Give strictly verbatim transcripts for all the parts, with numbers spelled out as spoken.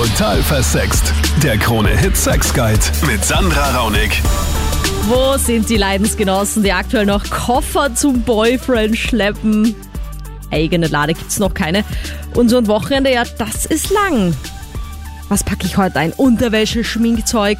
Total versext. Der Krone-Hit Sex Guide mit Sandra Raunig. Wo sind die Leidensgenossen, die aktuell noch Koffer zum Boyfriend schleppen? Eigene Lade gibt's noch keine. Und so ein Wochenende, ja, das ist lang. Was packe ich heute ein? Unterwäsche, Schminkzeug?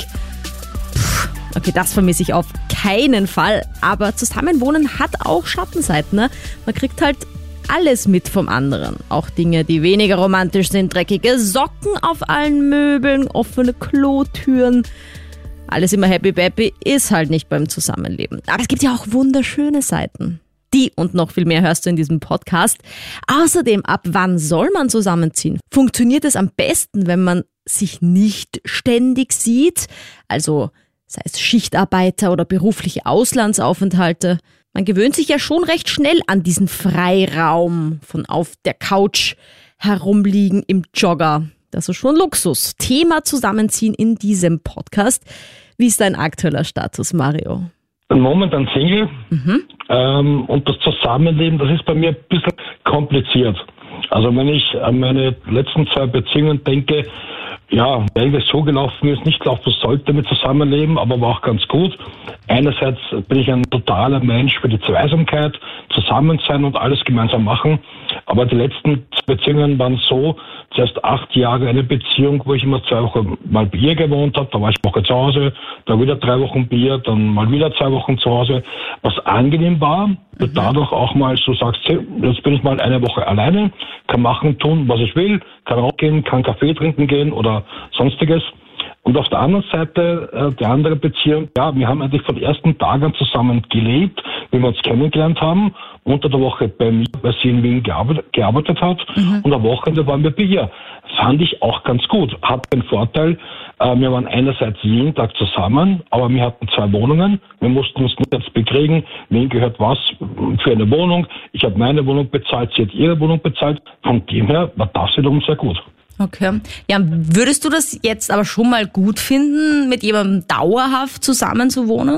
Puh, okay, das vermisse ich auf keinen Fall. Aber Zusammenwohnen hat auch Schattenseiten, ne? Man kriegt halt alles mit vom anderen. Auch Dinge, die weniger romantisch sind. Dreckige Socken auf allen Möbeln, offene Klotüren. Alles immer happy-bappy ist halt nicht beim Zusammenleben. Aber es gibt ja auch wunderschöne Seiten. Die und noch viel mehr hörst du in diesem Podcast. Außerdem, ab wann soll man zusammenziehen? Funktioniert es am besten, wenn man sich nicht ständig sieht? Also sei es Schichtarbeiter oder berufliche Auslandsaufenthalte. Man gewöhnt sich ja schon recht schnell an diesen Freiraum von auf der Couch herumliegen im Jogger. Das ist schon Luxus. Thema Zusammenziehen in diesem Podcast. Wie ist dein aktueller Status, Mario? Momentan Single. Mhm. Ähm, und das Zusammenleben, das ist bei mir ein bisschen kompliziert. Also wenn ich an meine letzten zwei Beziehungen denke, ja, weil es so gelaufen ist, nicht laufen sollte mit Zusammenleben, aber war auch ganz gut. Einerseits bin ich ein totaler Mensch für die Zweisamkeit, zusammen sein und alles gemeinsam machen. Aber die letzten Beziehungen waren so, zuerst acht Jahre eine Beziehung, wo ich immer zwei Wochen mal bei ihr gewohnt habe, da war ich eine Woche zu Hause, dann wieder drei Wochen bei ihr, dann mal wieder zwei Wochen zu Hause, was angenehm war, mhm. dadurch auch mal so sagst, hey, jetzt bin ich mal eine Woche alleine, kann machen, tun, was ich will, kann rausgehen, kann Kaffee trinken gehen oder sonstiges. Und auf der anderen Seite, äh, die andere Beziehung, ja, wir haben eigentlich von den ersten Tagen zusammen gelebt, wie wir uns kennengelernt haben, unter der Woche bei mir, weil sie in Wien gearbeitet, gearbeitet hat, mhm. und am Wochenende waren wir bei ihr. Fand ich auch ganz gut. Hat den Vorteil, äh, wir waren einerseits jeden Tag zusammen, aber wir hatten zwei Wohnungen, wir mussten uns nicht jetzt bekriegen, wem gehört was für eine Wohnung. Ich habe meine Wohnung bezahlt, sie hat ihre Wohnung bezahlt. Von dem her war das wiederum sehr gut. Okay. Ja, würdest du das jetzt aber schon mal gut finden, mit jemandem dauerhaft zusammen zu wohnen?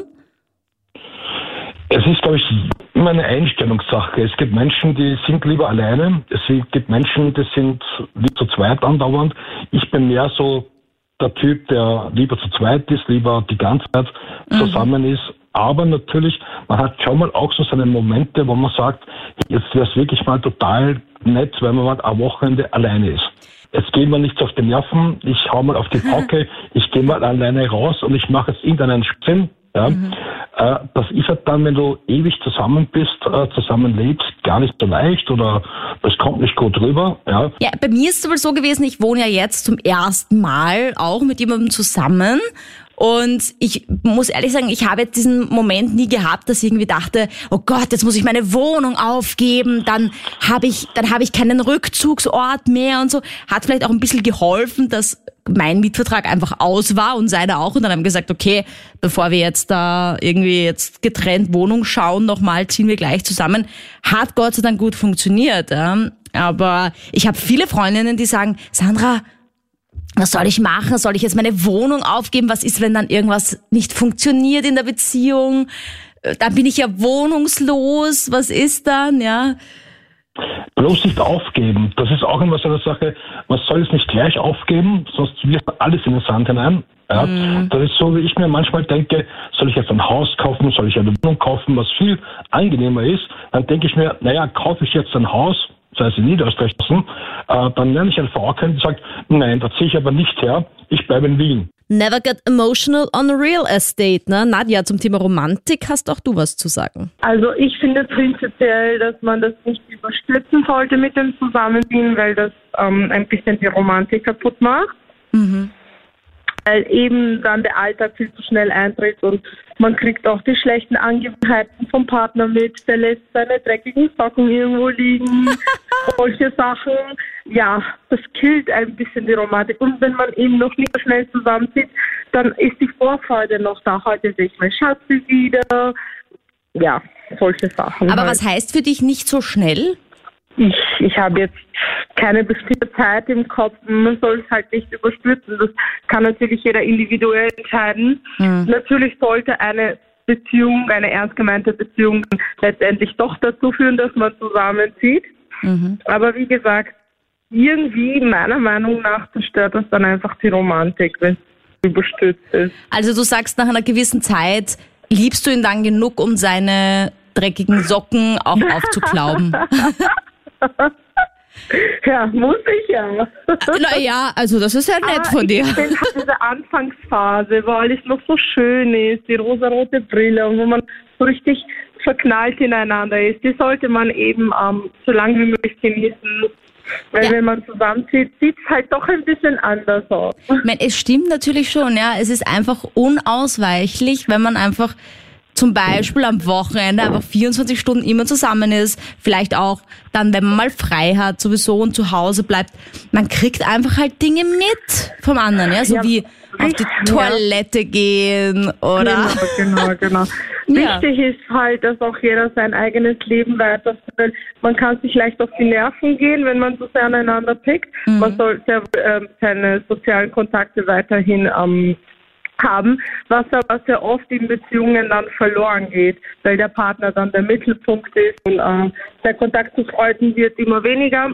Es ist, glaube ich, immer eine Einstellungssache. Es gibt Menschen, die sind lieber alleine. Es gibt Menschen, die sind lieber zu zweit andauernd. Ich bin mehr so der Typ, der lieber zu zweit ist, lieber die ganze Zeit mhm. zusammen ist. Aber natürlich, man hat schon mal auch so seine Momente, wo man sagt, jetzt wäre es wirklich mal total nett, wenn man mal am Wochenende alleine ist. Jetzt gehen wir nichts auf die Nerven, ich hau mal auf die Pauke, ich gehe mal alleine raus und ich mache jetzt irgendeinen Sinn. Ja. Mhm. Äh, das ist halt dann, wenn du ewig zusammen bist, äh, zusammen lebst, gar nicht so leicht oder das kommt nicht gut rüber. Ja. Ja, bei mir ist es aber so gewesen, ich wohne ja jetzt zum ersten Mal auch mit jemandem zusammen. Und ich muss ehrlich sagen, ich habe jetzt diesen Moment nie gehabt, dass ich irgendwie dachte, oh Gott, jetzt muss ich meine Wohnung aufgeben, dann habe ich, dann habe ich keinen Rückzugsort mehr und so. Hat vielleicht auch ein bisschen geholfen, dass mein Mietvertrag einfach aus war und seiner auch. Und dann haben wir gesagt, okay, bevor wir jetzt da irgendwie jetzt getrennt Wohnung schauen, nochmal ziehen wir gleich zusammen. Hat Gott sei Dank gut funktioniert. Ja. Aber ich habe viele Freundinnen, die sagen, Sandra, was soll ich machen? Soll ich jetzt meine Wohnung aufgeben? Was ist, wenn dann irgendwas nicht funktioniert in der Beziehung? Dann bin ich ja wohnungslos. Was ist dann? Ja. Bloß nicht aufgeben. Das ist auch immer so eine Sache. Man soll es nicht gleich aufgeben, sonst wirft man alles in den Sand hinein. Ja. Mm. Das ist so, wie ich mir manchmal denke, soll ich jetzt ein Haus kaufen, soll ich eine Wohnung kaufen, was viel angenehmer ist? Dann denke ich mir, naja, kaufe ich jetzt ein Haus, sei es in Niederösterreich, äh, dann lerne ich eine Frau kennen, die sagt, nein, da ziehe ich aber nicht her, ich bleibe in Wien. Never get emotional on real estate, ne? Nadja, zum Thema Romantik hast auch du was zu sagen. Also ich finde prinzipiell, dass man das nicht überstürzen sollte mit dem Zusammenziehen, weil das ähm, ein bisschen die Romantik kaputt macht. Mhm. Weil eben dann der Alltag viel zu schnell eintritt und man kriegt auch die schlechten Angewohnheiten vom Partner mit, der lässt seine dreckigen Socken irgendwo liegen, solche Sachen. Ja, das killt ein bisschen die Romantik. Und wenn man eben noch nicht so schnell zusammenzieht, dann ist die Vorfreude noch da. Heute sehe ich mein Schatzi wieder. Ja, solche Sachen. Aber halt. Was heißt für dich nicht so schnell? Ich, ich habe jetzt keine bestimmte Zeit im Kopf. Man soll es halt nicht überstürzen. Das kann natürlich jeder individuell entscheiden. Mhm. Natürlich sollte eine Beziehung, eine ernst gemeinte Beziehung letztendlich doch dazu führen, dass man zusammenzieht. Mhm. Aber wie gesagt, irgendwie meiner Meinung nach zerstört das dann einfach die Romantik, wenn es überstürzt ist. Also du sagst, nach einer gewissen Zeit liebst du ihn dann genug, um seine dreckigen Socken auch aufzuklauben. Ja, muss ich ja. Naja, also das ist ja nett von dir. Ich finde halt diese Anfangsphase, wo alles noch so schön ist, die rosarote Brille und wo man so richtig verknallt ineinander ist, die sollte man eben ähm, so lange wie möglich genießen. Weil ja. wenn man zusammenzieht, sieht es halt doch ein bisschen anders aus. Ich meine, es stimmt natürlich schon, ja. Es ist einfach unausweichlich, wenn man einfach zum Beispiel am Wochenende einfach vierundzwanzig Stunden immer zusammen ist, vielleicht auch dann, wenn man mal frei hat sowieso und zu Hause bleibt, man kriegt einfach halt Dinge mit vom anderen, ja, so ja, wie auf die Toilette ja. gehen oder... Genau, genau, genau. Ja. Wichtig ist halt, dass auch jeder sein eigenes Leben weiterführt. Man kann sich leicht auf die Nerven gehen, wenn man so sehr aneinander pickt. Mhm. Man sollte äh, seine sozialen Kontakte weiterhin ähm, haben, was aber sehr oft in Beziehungen dann verloren geht, weil der Partner dann der Mittelpunkt ist und äh, der Kontakt zu Freunden wird immer weniger.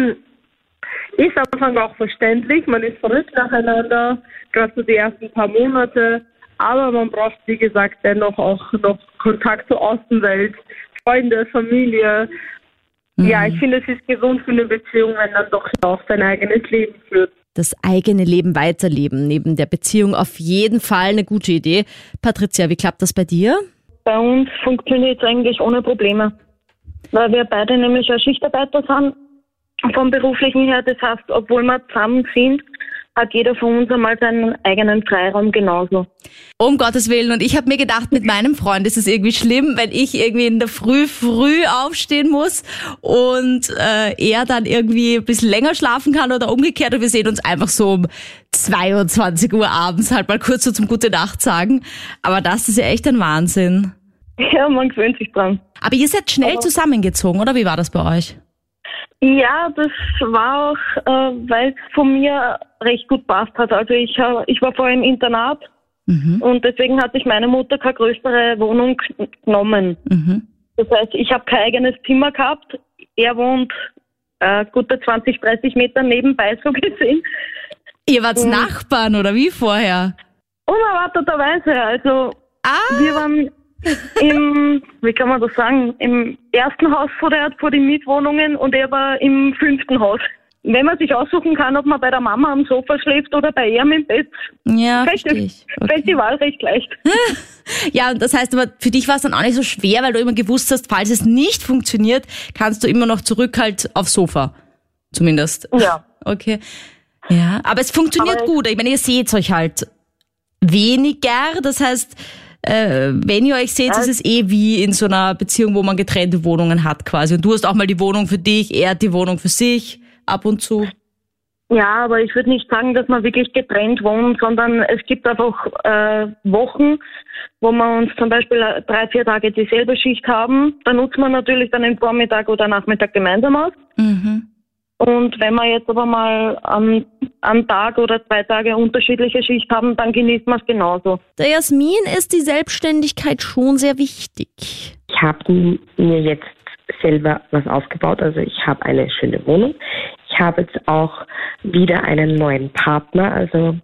Ist am Anfang auch verständlich, man ist verrückt nacheinander, gerade so die ersten paar Monate, aber man braucht, wie gesagt, dennoch auch noch Kontakt zur Außenwelt, Freunde, Familie. Mhm. Ja, ich finde, es ist gesund für eine Beziehung, wenn dann doch auch sein eigenes Leben führt. Das eigene Leben weiterleben, neben der Beziehung auf jeden Fall eine gute Idee. Patricia, wie klappt das bei dir? Bei uns funktioniert es eigentlich ohne Probleme, weil wir beide nämlich ja Schichtarbeiter sind vom Beruflichen her. Das heißt, obwohl wir zusammen sind, hat jeder von uns einmal seinen eigenen Freiraum genauso. Um Gottes Willen. Und ich habe mir gedacht, mit meinem Freund ist es irgendwie schlimm, wenn ich irgendwie in der Früh früh aufstehen muss und äh, er dann irgendwie ein bisschen länger schlafen kann oder umgekehrt und wir sehen uns einfach so um zweiundzwanzig Uhr abends halt mal kurz so zum Gute Nacht sagen. Aber das ist ja echt ein Wahnsinn. Ja, man gewöhnt sich dran. Aber ihr seid schnell Aber zusammengezogen, oder wie war das bei euch? Ja, das war auch, äh, weil es von mir recht gut passt hat. Also ich, äh, ich war vorher im Internat mhm. und deswegen hat sich meine Mutter keine größere Wohnung genommen. Mhm. Das heißt, ich habe kein eigenes Zimmer gehabt. Er wohnt äh, gute zwanzig, dreißig Meter nebenbei so gesehen. Ihr wart und Nachbarn oder wie vorher? Unerwarteterweise. Also ah. wir waren im, wie kann man das sagen, im ersten Haus vor der vor den Mietwohnungen und er war im fünften Haus. Wenn man sich aussuchen kann, ob man bei der Mama am Sofa schläft oder bei ihm im Bett, ja, fällt, verstehe ich. Okay. fällt die Wahl recht leicht. Ja, das heißt aber, für dich war es dann auch nicht so schwer, weil du immer gewusst hast, falls es nicht funktioniert, kannst du immer noch zurück halt aufs Sofa. Zumindest. Ja. Okay. Ja, aber es funktioniert aber gut. Ich meine, ihr seht euch halt weniger, das heißt, Äh, wenn ihr euch seht, ja. ist es eh wie in so einer Beziehung, wo man getrennte Wohnungen hat quasi. Und du hast auch mal die Wohnung für dich, er hat die Wohnung für sich, ab und zu. Ja, aber ich würde nicht sagen, dass man wirklich getrennt wohnt, sondern es gibt einfach äh, Wochen, wo wir uns zum Beispiel drei, vier Tage dieselbe Schicht haben. Da nutzt man natürlich dann den Vormittag oder Nachmittag gemeinsam aus. Mhm. Und wenn wir jetzt aber mal am, am Tag oder zwei Tage unterschiedliche Schicht haben, dann genießt man es genauso. Der Jasmin ist die Selbstständigkeit schon sehr wichtig. Ich habe mir jetzt selber was aufgebaut. Also ich habe eine schöne Wohnung. Ich habe jetzt auch wieder einen neuen Partner. Also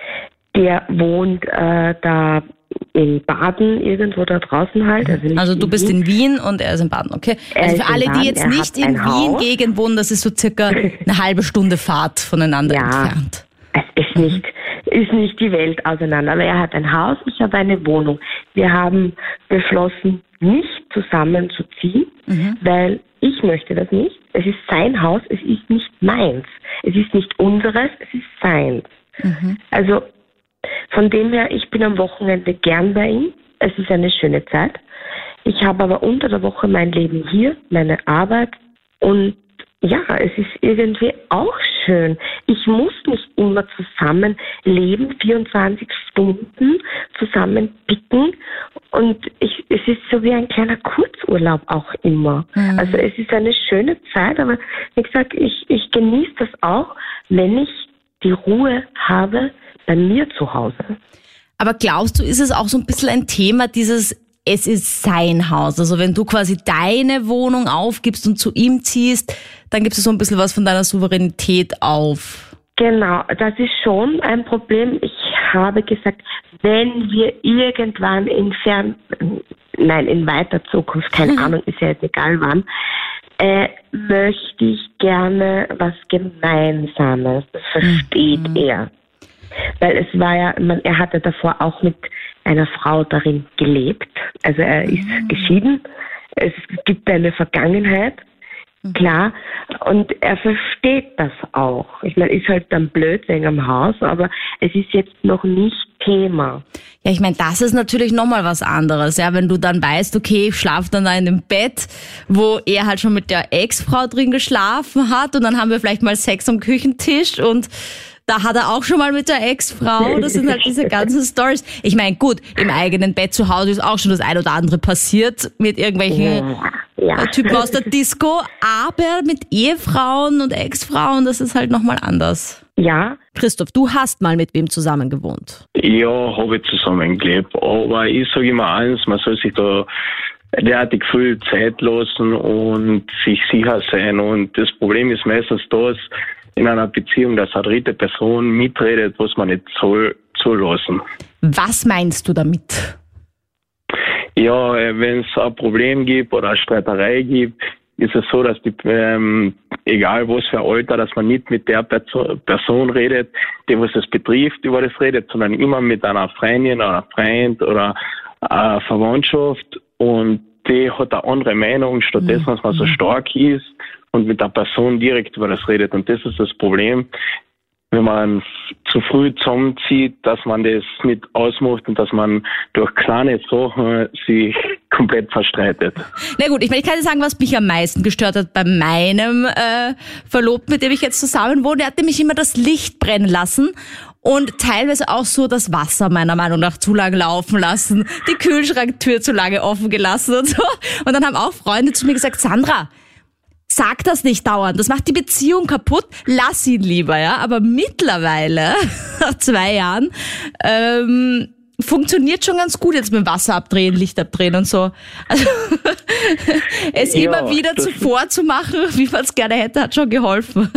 der wohnt äh, da in Baden, irgendwo da draußen halt. Also, also du bist Wien. in Wien und er ist in Baden, okay. Also für alle, die jetzt nicht in Wien-Gegend wohnen, das ist so circa eine halbe Stunde Fahrt voneinander ja, entfernt. Es ist nicht, ist nicht die Welt auseinander, aber er hat ein Haus, ich habe eine Wohnung. Wir haben beschlossen, nicht zusammenzuziehen, mhm. weil ich möchte das nicht. Es ist sein Haus, es ist nicht meins. Es ist nicht unseres, es ist seins. Mhm. Also von dem her, ich bin am Wochenende gern bei ihm. Es ist eine schöne Zeit. Ich habe aber unter der Woche mein Leben hier, meine Arbeit. Und ja, es ist irgendwie auch schön. Ich muss nicht immer zusammen leben, vierundzwanzig Stunden zusammen picken. Und ich, es ist so wie ein kleiner Kurzurlaub auch immer. Mhm. Also es ist eine schöne Zeit, aber wie gesagt, ich, ich genieße das auch, wenn ich die Ruhe habe bei mir zu Hause. Aber glaubst du, ist es auch so ein bisschen ein Thema, dieses es ist sein Haus. Also wenn du quasi deine Wohnung aufgibst und zu ihm ziehst, dann gibst du so ein bisschen was von deiner Souveränität auf. Genau, das ist schon ein Problem. Ich habe gesagt, wenn wir irgendwann in fern, nein, in weiter Zukunft, keine Ahnung, ist ja jetzt egal wann, äh, möchte ich gerne was Gemeinsames. Das versteht mhm. er. Weil es war ja, man, er hatte davor auch mit einer Frau darin gelebt. Also er ist mhm. geschieden. Es gibt eine Vergangenheit. Klar, und er versteht das auch. Ich meine, ist halt dann blöd wegen am Haus, aber es ist jetzt noch nicht Thema. Ja, ich meine, das ist natürlich nochmal was anderes, ja, wenn du dann weißt, okay, ich schlafe dann da in dem Bett, wo er halt schon mit der Ex-Frau drin geschlafen hat und dann haben wir vielleicht mal Sex am Küchentisch und da hat er auch schon mal mit der Ex-Frau. Das sind halt diese ganzen Stories. Ich meine, gut, im eigenen Bett zu Hause ist auch schon das ein oder andere passiert mit irgendwelchen ja, ja. Typen aus der Disco. Aber mit Ehefrauen und Ex-Frauen, das ist halt nochmal anders. Ja. Christoph, du hast mal mit wem zusammen gewohnt? Ja, habe ich zusammengelebt. Aber ich sage immer eins, man soll sich da derartig viel Zeit lassen und sich sicher sein. Und das Problem ist meistens das, in einer Beziehung, dass eine dritte Person mitredet, was man nicht soll, zulassen. Was meinst du damit? Ja, wenn es ein Problem gibt oder eine Streiterei gibt, ist es so, dass die, ähm, egal was für ein Alter, dass man nicht mit der Perso- Person redet, die was es betrifft, über das redet, sondern immer mit einer Freundin oder einem Freund oder einer Verwandtschaft und die hat eine andere Meinung, stattdessen, dass man so stark ist und mit der Person direkt über das redet. Und das ist das Problem, wenn man zu früh zusammenzieht, dass man das nicht ausmacht und dass man durch kleine Sachen sich komplett verstreitet. Na gut, ich meine, ich kann dir sagen, was mich am meisten gestört hat bei meinem äh, Verlobten, mit dem ich jetzt zusammen wohne. Der hat nämlich immer das Licht brennen lassen und teilweise auch so das Wasser meiner Meinung nach zu lange laufen lassen, die Kühlschranktür zu lange offen gelassen und so. Und dann haben auch Freunde zu mir gesagt, Sandra, sag das nicht dauernd, das macht die Beziehung kaputt, lass ihn lieber, ja. Aber mittlerweile, nach zwei Jahren, ähm, funktioniert schon ganz gut jetzt mit dem Wasser abdrehen, Licht abdrehen und so. Also es ja, immer wieder zuvor zu machen, wie man es gerne hätte, hat schon geholfen.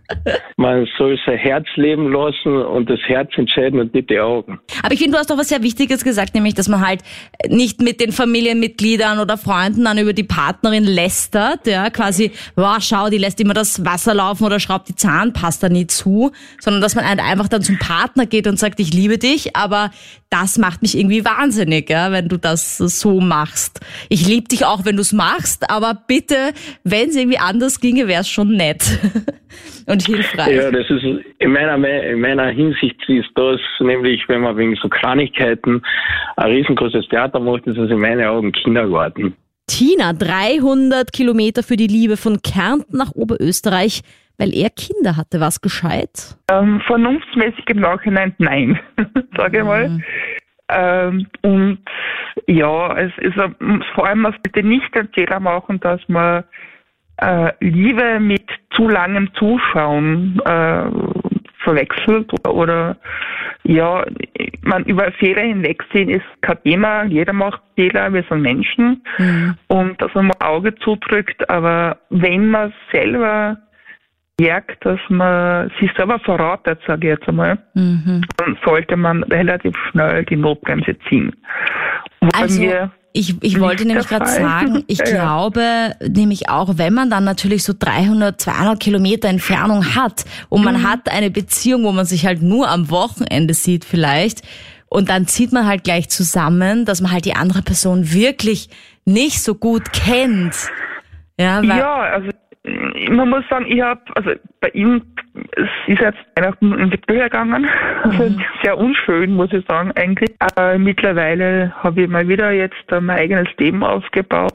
Man soll sein Herz leben lassen und das Herz entscheiden und nicht die Augen. Aber ich finde, du hast doch was sehr Wichtiges gesagt, nämlich, dass man halt nicht mit den Familienmitgliedern oder Freunden dann über die Partnerin lästert, ja, quasi, wow, schau, die lässt immer das Wasser laufen oder schraubt die Zahnpasta nie zu, sondern dass man halt einfach dann zum Partner geht und sagt, ich liebe dich, aber das macht mich irgendwie wahnsinnig, ja, wenn du das so machst. Ich liebe dich auch, wenn du es machst, aber bitte, wenn es irgendwie anders ginge, wäre es schon nett. Und hilfreich. Ja, das ist in meiner, in meiner Hinsicht ist das, nämlich wenn man wegen so Kleinigkeiten ein riesengroßes Theater macht, ist das in meinen Augen Kindergarten. Tina, dreihundert Kilometer für die Liebe von Kärnten nach Oberösterreich, weil er Kinder hatte. Was gescheit? Ähm, vernunftsmäßig im Nachhinein nein, sage ich mal. Mhm. Ähm, und ja, es ist vor allem, man sollte nicht den Fehler machen, dass man Äh, Liebe mit zu langem Zuschauen äh, verwechselt oder, oder ja, man über Fehler hinwegsehen ist kein Thema, jeder macht Fehler, wir sind Menschen mhm. und dass man mal Auge zudrückt, aber wenn man selber merkt, dass man sich selber verratet, sage ich jetzt einmal, mhm. dann sollte man relativ schnell die Notbremse ziehen. Und also bei mir Ich, ich wollte nämlich gerade sagen, ich ja, glaube ja. nämlich auch, wenn man dann natürlich so dreihundert, zweihundert Kilometer Entfernung hat und man mhm. hat eine Beziehung, wo man sich halt nur am Wochenende sieht vielleicht und dann zieht man halt gleich zusammen, dass man halt die andere Person wirklich nicht so gut kennt. Ja, weil ja, also man muss sagen, ich habe, also bei ihm, es ist jetzt Weihnachten in die Brühe gegangen, also mhm. sehr unschön, muss ich sagen, eigentlich. Aber mittlerweile habe ich mal wieder jetzt mein eigenes Leben aufgebaut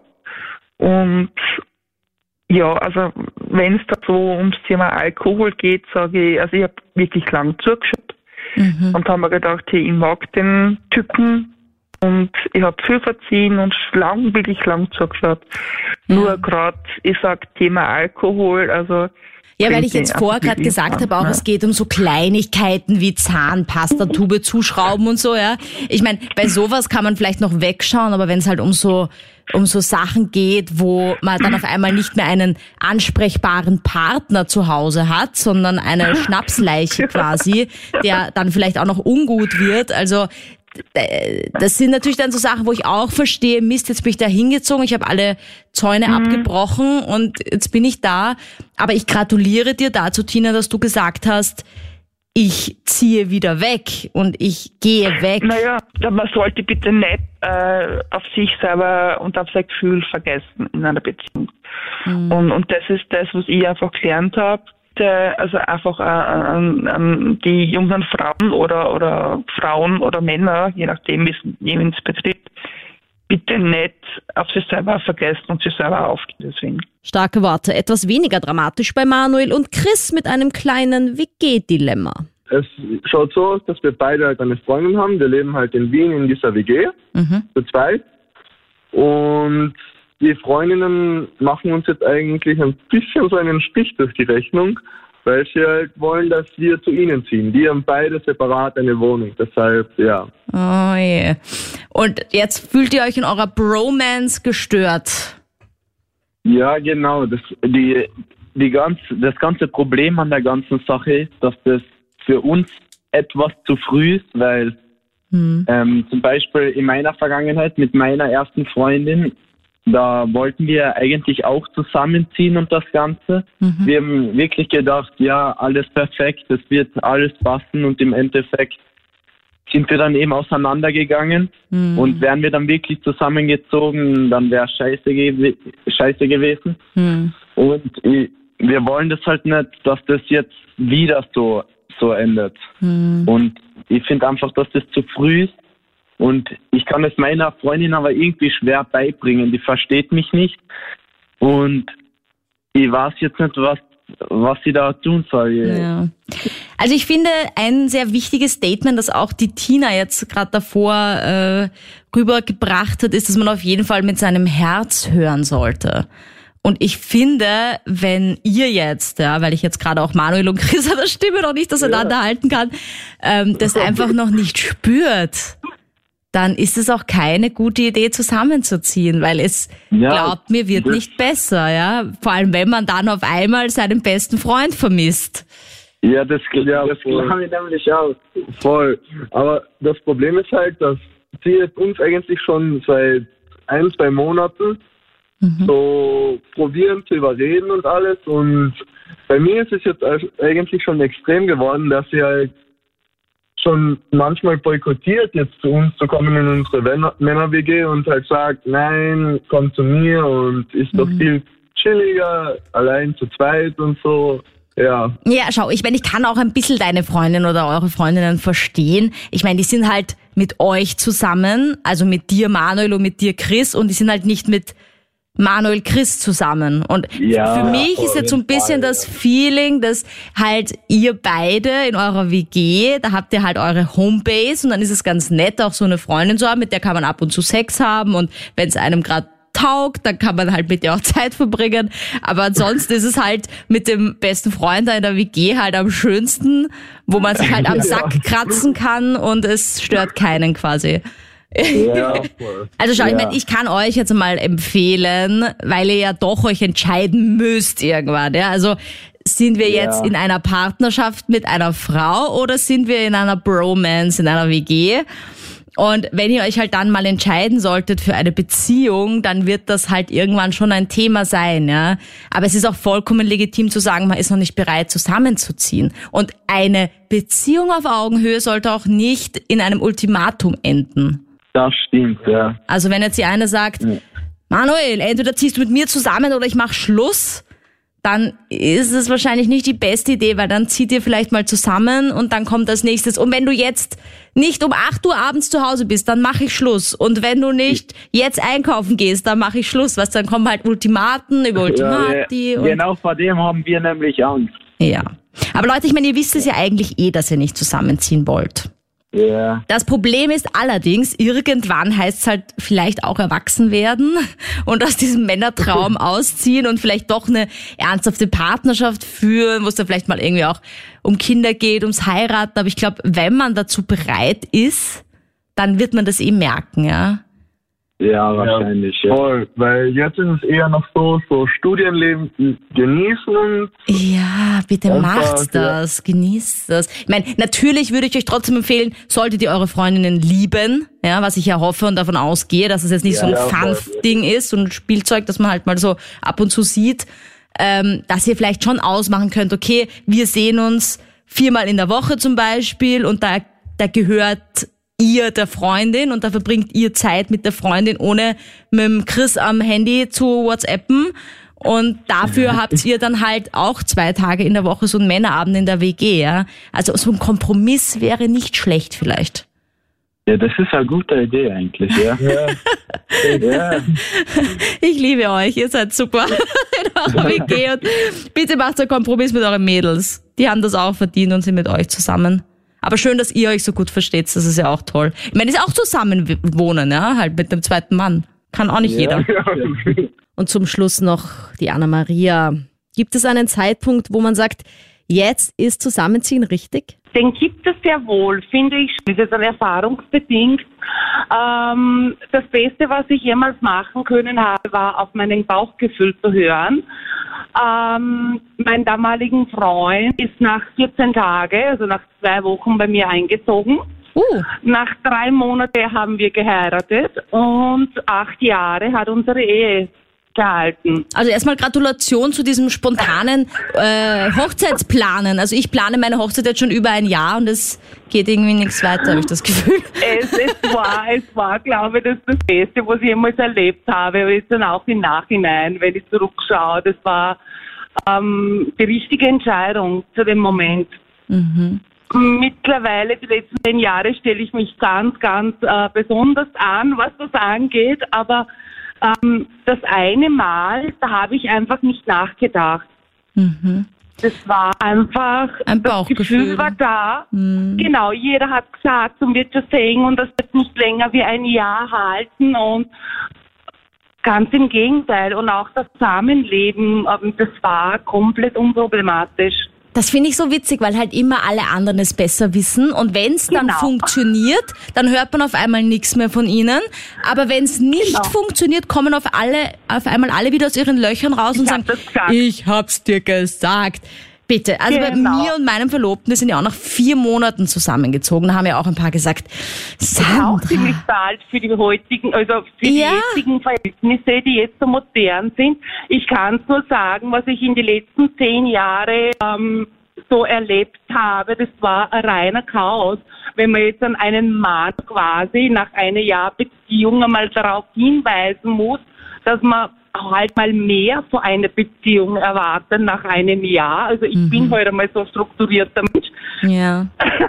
und ja, also wenn es da so ums Thema Alkohol geht, sage ich, also ich habe wirklich lang zugeschaut mhm. und habe mir gedacht, hey, ich mag den Typen und ich habe viel verziehen und lang, wirklich lang zugeschaut. Ja. Nur gerade, ich sag Thema Alkohol, also Ja, weil ich jetzt vorher gerade gesagt habe, auch ja. es geht um so Kleinigkeiten wie Zahnpastatube zuschrauben und so, ja. Ich meine, bei sowas kann man vielleicht noch wegschauen, aber wenn es halt um so um so Sachen geht, wo man dann auf einmal nicht mehr einen ansprechbaren Partner zu Hause hat, sondern eine Schnapsleiche quasi, der dann vielleicht auch noch ungut wird. Also das sind natürlich dann so Sachen, wo ich auch verstehe, Mist, jetzt bin ich da hingezogen, ich habe alle Zäune mhm. abgebrochen und jetzt bin ich da. Aber ich gratuliere dir dazu, Tina, dass du gesagt hast, ich ziehe wieder weg und ich gehe weg. Naja, man sollte bitte nicht äh, auf sich selber und auf sein Gefühl vergessen in einer Beziehung. Mhm. Und, und das ist das, was ich einfach gelernt habe. Also einfach an, an die jungen Frauen oder, oder Frauen oder Männer, je nachdem, wie es betrifft, bitte nicht auf sich selber vergessen und sich selber aufgehen. Deswegen. Starke Worte. Etwas weniger dramatisch bei Manuel und Chris mit einem kleinen W G-Dilemma. Es schaut so aus, dass wir beide halt eine Freundin haben. Wir leben halt in Wien in dieser W G, mhm. zu zweit. Und die Freundinnen machen uns jetzt eigentlich ein bisschen so einen Stich durch die Rechnung, weil sie halt wollen, dass wir zu ihnen ziehen. Die haben beide separat eine Wohnung, deshalb, ja. Oh je. Und jetzt fühlt ihr euch in eurer Bromance gestört? Ja, genau. Das, die, die ganz, das ganze Problem an der ganzen Sache ist, dass das für uns etwas zu früh ist, weil hm. ähm, zum Beispiel in meiner Vergangenheit mit meiner ersten Freundin, da wollten wir eigentlich auch zusammenziehen und das Ganze. Mhm. Wir haben wirklich gedacht, ja, alles perfekt, es wird alles passen und im Endeffekt sind wir dann eben auseinandergegangen mhm. und wären wir dann wirklich zusammengezogen, dann wäre es scheiße, gew- scheiße gewesen. Mhm. Und ich, wir wollen das halt nicht, dass das jetzt wieder so, so endet. Mhm. Und ich finde einfach, dass das zu früh ist. Und ich kann es meiner Freundin aber irgendwie schwer beibringen. Die versteht mich nicht. Und ich weiß jetzt nicht, was, was sie da tun soll. Ja. Also ich finde ein sehr wichtiges Statement, das auch die Tina jetzt gerade davor äh, rübergebracht hat, ist, dass man auf jeden Fall mit seinem Herz hören sollte. Und ich finde, wenn ihr jetzt, ja, weil ich jetzt gerade auch Manuel und Chris an der Stimme noch nicht auseinanderhalten kann, ähm, das einfach noch nicht spürt, dann ist es auch keine gute Idee, zusammenzuziehen, weil es, ja, glaubt mir, wird nicht besser, ja. Vor allem, wenn man dann auf einmal seinen besten Freund vermisst. Ja, das, ja, das glaube ich nämlich auch. Voll. Aber das Problem ist halt, dass sie jetzt uns eigentlich schon seit ein, zwei Monaten mhm. so probieren zu überreden und alles. Und bei mir ist es jetzt eigentlich schon extrem geworden, dass sie halt schon manchmal boykottiert, jetzt zu uns zu kommen in unsere Männer-W G und halt sagt, nein, komm zu mir und ist mhm. doch viel chilliger, allein zu zweit und so. Ja. Ja, schau, ich meine, ich kann auch ein bisschen deine Freundin oder eure Freundinnen verstehen. Ich meine, die sind halt mit euch zusammen, also mit dir Manuel und mit dir Chris, und die sind halt nicht mit Manuel Chris zusammen. Und ja, für mich ist jetzt so ein bisschen Fall, das Feeling, dass halt ihr beide in eurer W G, da habt ihr halt eure Homebase und dann ist es ganz nett, auch so eine Freundin zu haben, mit der kann man ab und zu Sex haben, und wenn es einem gerade taugt, dann kann man halt mit der auch Zeit verbringen. Aber ansonsten ist es halt mit dem besten Freund da in der W G halt am schönsten, wo man sich halt am Sack kratzen kann und es stört keinen quasi. Ja, also schau, ja. ich meine, ich kann euch jetzt mal empfehlen, weil ihr ja doch euch entscheiden müsst irgendwann, ja. Also sind wir ja. jetzt in einer Partnerschaft mit einer Frau oder sind wir in einer Bromance, in einer W G? Und wenn ihr euch halt dann mal entscheiden solltet für eine Beziehung, dann wird das halt irgendwann schon ein Thema sein, ja. Aber es ist auch vollkommen legitim zu sagen, man ist noch nicht bereit, zusammenzuziehen. Und eine Beziehung auf Augenhöhe sollte auch nicht in einem Ultimatum enden. Das stimmt, ja. Also wenn jetzt die eine sagt, ja. Manuel, entweder ziehst du mit mir zusammen oder ich mach Schluss, dann ist es wahrscheinlich nicht die beste Idee, weil dann zieht ihr vielleicht mal zusammen und dann kommt als nächstes. Und wenn du jetzt nicht um acht Uhr abends zu Hause bist, dann mache ich Schluss. Und wenn du nicht jetzt einkaufen gehst, dann mache ich Schluss. Was, dann kommen halt Ultimaten über Ultimati. Ja, und genau vor dem haben wir nämlich Angst. Ja. Aber Leute, ich meine, ihr wisst es ja eigentlich eh, dass ihr nicht zusammenziehen wollt. Ja. Das Problem ist allerdings, irgendwann heißt es halt vielleicht auch erwachsen werden und aus diesem Männertraum ausziehen und vielleicht doch eine ernsthafte Partnerschaft führen, wo es dann vielleicht mal irgendwie auch um Kinder geht, ums Heiraten. Aber ich glaube, wenn man dazu bereit ist, dann wird man das eh merken, ja. Ja, wahrscheinlich. Ja, voll, weil jetzt ist es eher noch so, so Studienleben genießen und... Ja, bitte Einfach, macht das, ja. genießt das. Ich meine, natürlich würde ich euch trotzdem empfehlen, solltet ihr eure Freundinnen lieben, ja, was ich ja hoffe und davon ausgehe, dass es jetzt nicht Ja, so ein ja, voll. Fun-Ding ist, so ein Spielzeug, das man halt mal so ab und zu sieht, ähm, dass ihr vielleicht schon ausmachen könnt, okay, wir sehen uns viermal in der Woche zum Beispiel und da, da gehört ihr der Freundin und da verbringt ihr Zeit mit der Freundin, ohne mit dem Chris am Handy zu WhatsAppen. Und dafür habt ihr dann halt auch zwei Tage in der Woche so einen Männerabend in der W G, ja. Also so ein Kompromiss wäre nicht schlecht vielleicht. Ja, das ist eine gute Idee eigentlich, ja. ja. ja. Ich liebe euch, ihr seid super in eurer W G und bitte macht einen Kompromiss mit euren Mädels. Die haben das auch verdient und sind mit euch zusammen. Aber schön, dass ihr euch so gut versteht, das ist ja auch toll. Ich meine, ist auch zusammen wohnen, ja, halt mit dem zweiten Mann. Kann auch nicht Ja. jeder. Und zum Schluss noch die Anna-Maria. Gibt es einen Zeitpunkt, wo man sagt, jetzt ist Zusammenziehen richtig? Den gibt es sehr wohl, finde ich. Das ist dann erfahrungsbedingt. Ähm, das Beste, was ich jemals machen können habe, war auf meinen Bauchgefühl zu hören. Ähm, mein damaligen Freund ist nach vierzehn Tagen, also nach zwei Wochen bei mir eingezogen. Uh. Nach drei Monaten haben wir geheiratet und acht Jahre hat unsere Ehe gehalten. Also erstmal Gratulation zu diesem spontanen äh, Hochzeitsplanen. Also ich plane meine Hochzeit jetzt schon über ein Jahr und es geht irgendwie nichts weiter, habe ich das Gefühl. Es, es war, es war, glaube ich, das, das Beste, was ich jemals erlebt habe. Aber jetzt dann auch im Nachhinein, wenn ich zurückschaue, das war ähm, die richtige Entscheidung zu dem Moment. Mhm. Mittlerweile, die letzten zehn Jahre, stelle ich mich ganz, ganz äh, besonders an, was das angeht. Aber ähm, das eine Mal, da habe ich einfach nicht nachgedacht. Mhm. Das war einfach, Ein das Bauchgefühl. Gefühl war da. Mhm. Genau, jeder hat gesagt, und wird schon sehen und das wird nicht länger wie ein Jahr halten und ganz im Gegenteil. Und auch das Zusammenleben, ähm, das war komplett unproblematisch. Das finde ich so witzig, weil halt immer alle anderen es besser wissen und wenn es dann Genau. funktioniert, dann hört man auf einmal nichts mehr von ihnen. Aber wenn es nicht Genau. funktioniert, kommen auf alle, auf einmal alle wieder aus ihren Löchern raus Ich und hab sagen, das gesagt. ich hab's dir gesagt. Bitte, also bei Genau. mir und meinem Verlobten, wir sind ja auch nach vier Monaten zusammengezogen, da haben ja auch ein paar gesagt, Auch ziemlich Sandra, alt für die heutigen, also für Ja. die jetzigen Verhältnisse, die jetzt so modern sind. Ich kann es nur sagen, was ich in den letzten zehn Jahren ähm, so erlebt habe, das war ein reiner Chaos. Wenn man jetzt an einen Mann quasi nach einem Jahr Beziehung einmal darauf hinweisen muss, dass man halt mal mehr von einer Beziehung erwartet nach einem Jahr. Also ich Mhm. bin heute mal so strukturierter Mensch. ja.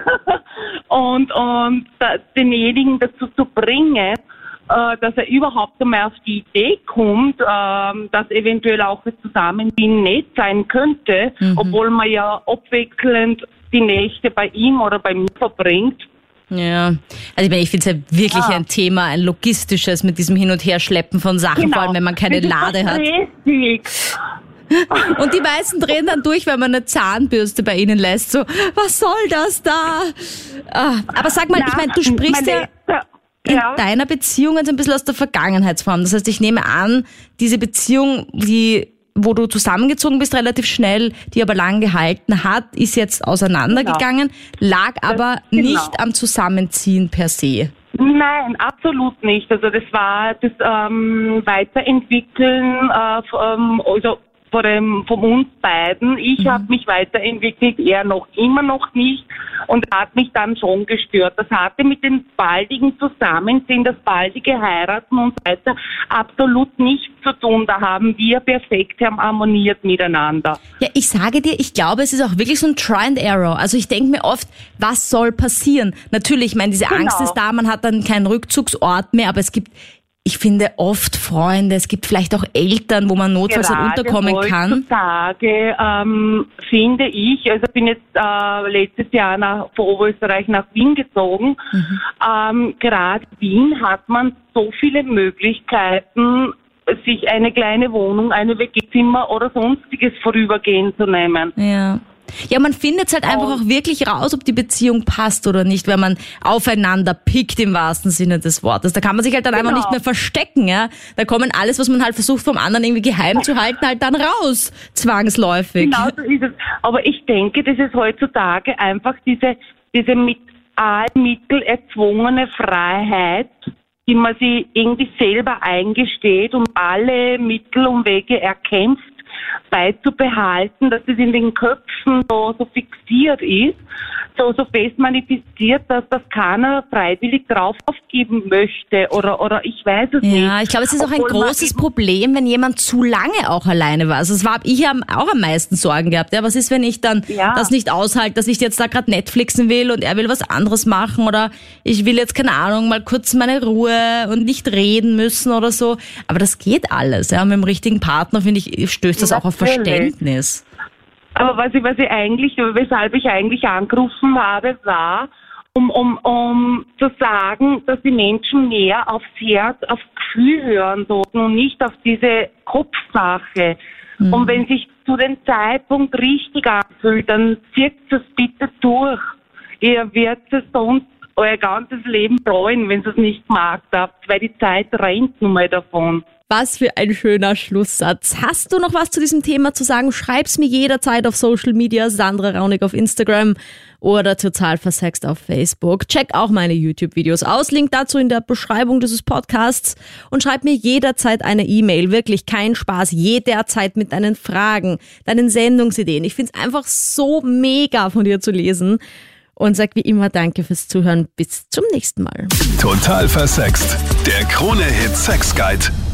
und und da, denjenigen dazu zu bringen, äh, dass er überhaupt einmal auf die Idee kommt, ähm, dass eventuell auch das Zusammenziehen nicht sein könnte, Mhm. obwohl man ja abwechselnd die Nächte bei ihm oder bei mir verbringt. Ja, also ich meine, ich finde es ja wirklich Ja. ein Thema, ein logistisches mit diesem Hin- und Herschleppen von Sachen, vor allem wenn man keine Das ist Lade so hat. stressig. Und die meisten drehen dann durch, wenn man eine Zahnbürste bei ihnen lässt. So, was soll das da? Ah, aber sag mal, Na, ich meine, du sprichst meine ja letzte- in ja. deiner Beziehung jetzt ein bisschen aus der Vergangenheitsform. Das heißt, ich nehme an, diese Beziehung, die, wo du zusammengezogen bist, relativ schnell, die aber lang gehalten hat, ist jetzt auseinandergegangen, lag aber genau. nicht am Zusammenziehen per se. Nein, absolut nicht. Also das war das ähm, Weiterentwickeln äh, f- ähm, also von, dem, von uns beiden. Ich Mhm. habe mich weiterentwickelt, er noch immer noch nicht und hat mich dann schon gestört. Das hatte mit dem baldigen Zusammenziehen, das baldige Heiraten und so weiter absolut nichts zu tun. Da haben wir perfekt harmoniert miteinander. Ja, ich sage dir, ich glaube, es ist auch wirklich so ein Try and Error. Also ich denke mir oft, was soll passieren? Natürlich, ich meine, diese Genau. Angst ist da, man hat dann keinen Rückzugsort mehr, aber es gibt ich finde oft Freunde, es gibt vielleicht auch Eltern, wo man notfalls dann unterkommen kann. Heutzutage ähm, finde ich, also ich bin jetzt äh, letztes Jahr nach, von Oberösterreich nach Wien gezogen. Mhm. Ähm, gerade Wien hat man so viele Möglichkeiten, sich eine kleine Wohnung, eine W G-Zimmer oder sonstiges vorübergehen zu nehmen. Ja. Ja, man findet halt einfach auch wirklich raus, ob die Beziehung passt oder nicht, wenn man aufeinander pickt im wahrsten Sinne des Wortes. Da kann man sich halt dann genau. einfach nicht mehr verstecken, ja. Da kommen alles, was man halt versucht vom anderen irgendwie geheim zu halten, halt dann raus, zwangsläufig. Genau so ist es. Aber ich denke, das ist heutzutage einfach diese, diese mit allen Mitteln erzwungene Freiheit, die man sich irgendwie selber eingesteht und alle Mittel und Wege erkämpft, beizubehalten, dass es in den Köpfen so, so fixiert ist, so, so fest manifestiert, dass das keiner freiwillig drauf aufgeben möchte oder, oder ich weiß es ja, nicht. Ja, ich glaube, es ist Obwohl auch ein großes Problem, wenn jemand zu lange auch alleine war. Also das habe ich ja auch am meisten Sorgen gehabt. Ja, was ist, wenn ich dann ja. das nicht aushalte, dass ich jetzt da gerade Netflixen will und er will was anderes machen oder ich will jetzt, keine Ahnung, mal kurz meine Ruhe und nicht reden müssen oder so. Aber das geht alles. Ja, mit dem richtigen Partner, finde ich, stößt das auch auf Verständnis. Aber was ich, was ich eigentlich, weshalb ich eigentlich angerufen habe, war, um, um, um zu sagen, dass die Menschen mehr aufs Herz, aufs Gefühl hören sollten und nicht auf diese Kopfsache. Mhm. Und wenn sich zu dem Zeitpunkt richtig anfühlt, dann zieht es bitte durch. Ihr werdet es sonst euer ganzes Leben bereuen, wenn ihr es nicht gemacht habt, weil die Zeit rennt nun mal davon. Was für ein schöner Schlusssatz. Hast du noch was zu diesem Thema zu sagen? Schreib's mir jederzeit auf Social Media, Sandra Raunig auf Instagram oder Total Versext auf Facebook. Check auch meine YouTube-Videos aus. Link dazu in der Beschreibung dieses Podcasts. Und schreib mir jederzeit eine E-Mail. Wirklich kein Spaß. Jederzeit mit deinen Fragen, deinen Sendungsideen. Ich find's einfach so mega von dir zu lesen. Und sag wie immer danke fürs Zuhören. Bis zum nächsten Mal. Total Versext. Der Krone-Hit Sex Guide.